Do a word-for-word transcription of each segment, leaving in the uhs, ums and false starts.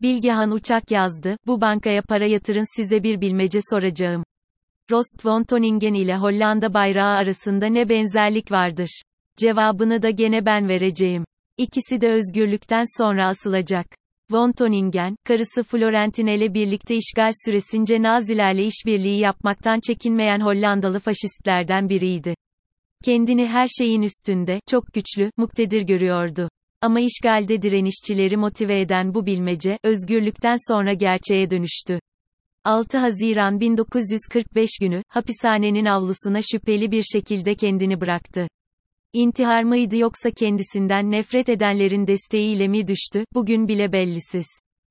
Bilgehan Uçak yazdı, bu bankaya para yatırın size bir bilmece soracağım. Rost van Toningen ile Hollanda bayrağı arasında ne benzerlik vardır? Cevabını da gene ben vereceğim. İkisi de özgürlükten sonra asılacak. Van Toningen, karısı Florentine ile birlikte işgal süresince Nazilerle işbirliği yapmaktan çekinmeyen Hollandalı faşistlerden biriydi. Kendini her şeyin üstünde, çok güçlü, muktedir görüyordu. Ama işgalde direnişçileri motive eden bu bilmece, özgürlükten sonra gerçeğe dönüştü. altı Haziran bin dokuz yüz kırk beş günü, hapishanenin avlusuna şüpheli bir şekilde kendini bıraktı. İntihar mıydı yoksa kendisinden nefret edenlerin desteğiyle mi düştü, bugün bile bellisiz.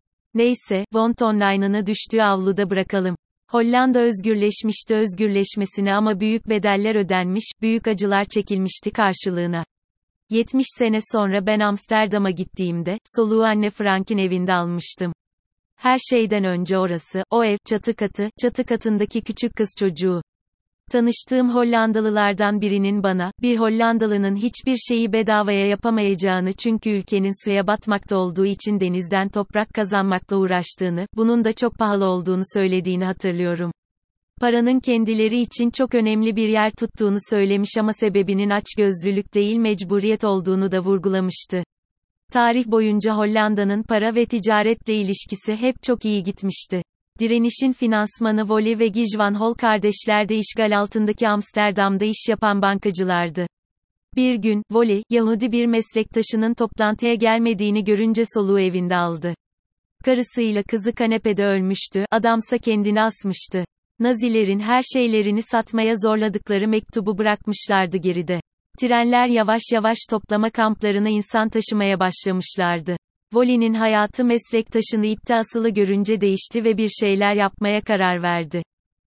Neyse, Van Tongen'ı düştüğü avluda bırakalım. Hollanda özgürleşmişti özgürleşmesine ama büyük bedeller ödenmiş, büyük acılar çekilmişti karşılığına. yetmiş sene sonra ben Amsterdam'a gittiğimde, soluğu Anne Frank'in evinde almıştım. Her şeyden önce orası, o ev, çatı katı, çatı katındaki küçük kız çocuğu. Tanıştığım Hollandalılardan birinin bana, bir Hollandalı'nın hiçbir şeyi bedavaya yapamayacağını çünkü ülkenin suya batmakta olduğu için denizden toprak kazanmakla uğraştığını, bunun da çok pahalı olduğunu söylediğini hatırlıyorum. Paranın kendileri için çok önemli bir yer tuttuğunu söylemiş ama sebebinin açgözlülük değil mecburiyet olduğunu da vurgulamıştı. Tarih boyunca Hollanda'nın para ve ticaretle ilişkisi hep çok iyi gitmişti. Direnişin finansmanı Wally ve Guy van Hol kardeşler de işgal altındaki Amsterdam'da iş yapan bankacılardı. Bir gün, Wally, Yahudi bir meslektaşının toplantıya gelmediğini görünce soluğu evinde aldı. Karısıyla kızı kanepede ölmüştü, adamsa kendini asmıştı. Nazilerin her şeylerini satmaya zorladıkları mektubu bırakmışlardı geride. Trenler yavaş yavaş toplama kamplarına insan taşımaya başlamışlardı. Wally'nin hayatı meslektaşını ipte asılı görünce değişti ve bir şeyler yapmaya karar verdi.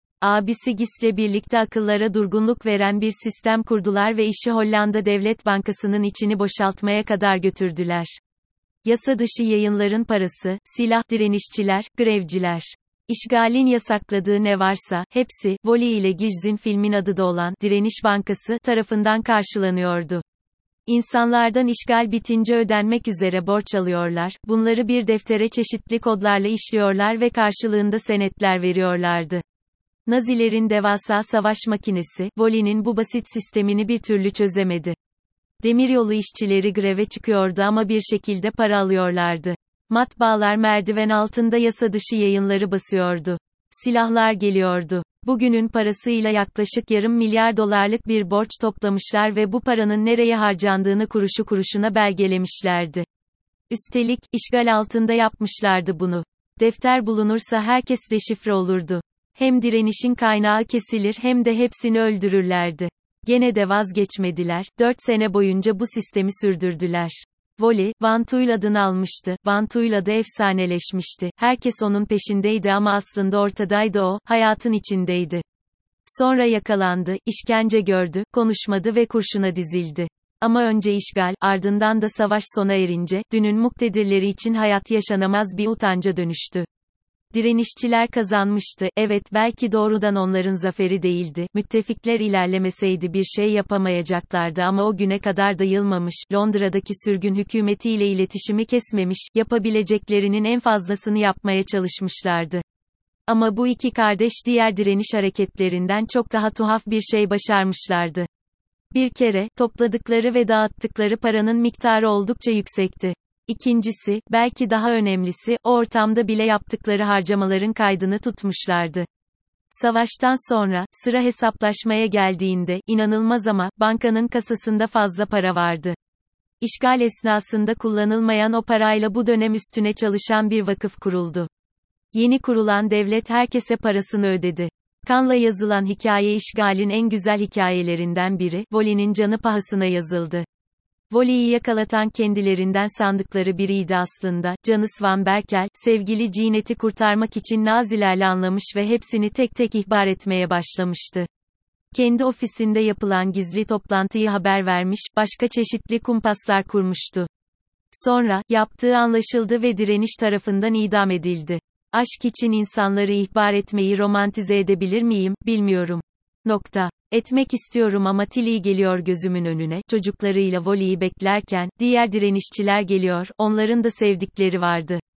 Abisi Gis'le birlikte akıllara durgunluk veren bir sistem kurdular ve işi Hollanda Devlet Bankası'nın içini boşaltmaya kadar götürdüler. Yasa dışı yayınların parası, silah direnişçiler, grevciler. İşgalin yasakladığı ne varsa, hepsi, Wally ile Gis'in filmin adı da olan, Direniş Bankası, tarafından karşılanıyordu. İnsanlardan işgal bitince ödenmek üzere borç alıyorlar, bunları bir deftere çeşitli kodlarla işliyorlar ve karşılığında senetler veriyorlardı. Nazilerin devasa savaş makinesi, Wally'nin bu basit sistemini bir türlü çözemedi. Demiryolu işçileri greve çıkıyordu ama bir şekilde para alıyorlardı. Matbaalar merdiven altında yasa dışı yayınları basıyordu. Silahlar geliyordu. Bugünün parasıyla yaklaşık yarım milyar dolarlık bir borç toplamışlar ve bu paranın nereye harcandığını kuruşu kuruşuna belgelemişlerdi. Üstelik, işgal altında yapmışlardı bunu. Defter bulunursa herkes deşifre olurdu. Hem direnişin kaynağı kesilir hem de hepsini öldürürlerdi. Gene de vazgeçmediler, dört sene boyunca bu sistemi sürdürdüler. Wally, Van Tuyl adını almıştı, Van Tuyl adı efsaneleşmişti, herkes onun peşindeydi ama aslında ortadaydı o, hayatın içindeydi. Sonra yakalandı, işkence gördü, konuşmadı ve kurşuna dizildi. Ama önce işgal, ardından da savaş sona erince, dünün muktedirleri için hayat yaşanamaz bir utanca dönüştü. Direnişçiler kazanmıştı, evet belki doğrudan onların zaferi değildi, müttefikler ilerlemeseydi bir şey yapamayacaklardı ama o güne kadar da yılmamış, Londra'daki sürgün hükümetiyle iletişimi kesmemiş, yapabileceklerinin en fazlasını yapmaya çalışmışlardı. Ama bu iki kardeş diğer direniş hareketlerinden çok daha tuhaf bir şey başarmışlardı. Bir kere, topladıkları ve dağıttıkları paranın miktarı oldukça yüksekti. İkincisi, belki daha önemlisi, o ortamda bile yaptıkları harcamaların kaydını tutmuşlardı. Savaştan sonra, sıra hesaplaşmaya geldiğinde, inanılmaz ama, bankanın kasasında fazla para vardı. İşgal esnasında kullanılmayan o parayla bu dönem üstüne çalışan bir vakıf kuruldu. Yeni kurulan devlet herkese parasını ödedi. Kanla yazılan hikaye işgalin en güzel hikayelerinden biri, Wally'nin canı pahasına yazıldı. Wally'yi yakalatan kendilerinden sandıkları biriydi aslında, Janus van Berkel, sevgili Jeanette'i kurtarmak için Nazilerle anlamış ve hepsini tek tek ihbar etmeye başlamıştı. Kendi ofisinde yapılan gizli toplantıyı haber vermiş, başka çeşitli kumpaslar kurmuştu. Sonra, yaptığı anlaşıldı ve direniş tarafından idam edildi. Aşk için insanları ihbar etmeyi romantize edebilir miyim, bilmiyorum. Nokta. Etmek istiyorum ama Tilly geliyor gözümün önüne, çocuklarıyla Wally'yi beklerken, diğer direnişçiler geliyor, onların da sevdikleri vardı.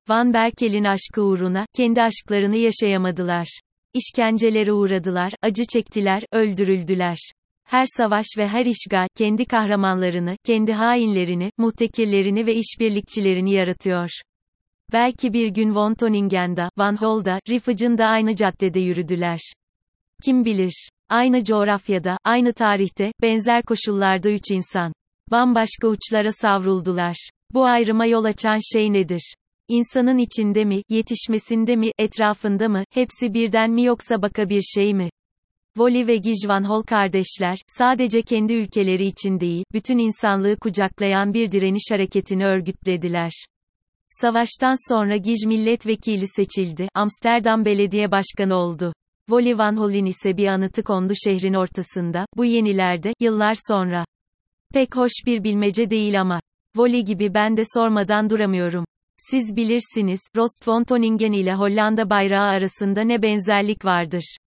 Van Berkel'in aşkı uğruna, kendi aşklarını yaşayamadılar. İşkencelere uğradılar, acı çektiler, öldürüldüler. Her savaş ve her işgal, kendi kahramanlarını, kendi hainlerini, muhtekirlerini ve işbirlikçilerini yaratıyor. Belki bir gün von Toningen'da, Van Hol'da, Riffige'ın da aynı caddede yürüdüler. Kim bilir? Aynı coğrafyada, aynı tarihte, benzer koşullarda üç insan. Bambaşka uçlara savruldular. Bu ayrıma yol açan şey nedir? İnsanın içinde mi, yetişmesinde mi, etrafında mı, hepsi birden mi yoksa baka bir şey mi? Wally ve Guy Van Hol kardeşler, sadece kendi ülkeleri için değil, bütün insanlığı kucaklayan bir direniş hareketini örgütlediler. Savaştan sonra Guy milletvekili seçildi, Amsterdam Belediye Başkanı oldu. Wally Van Hol'in ise bir anıtı kondu şehrin ortasında, bu yenilerde, yıllar sonra. Pek hoş bir bilmece değil ama. Wally gibi ben de sormadan duramıyorum. Siz bilirsiniz, Rost von Toningen ile Hollanda bayrağı arasında ne benzerlik vardır?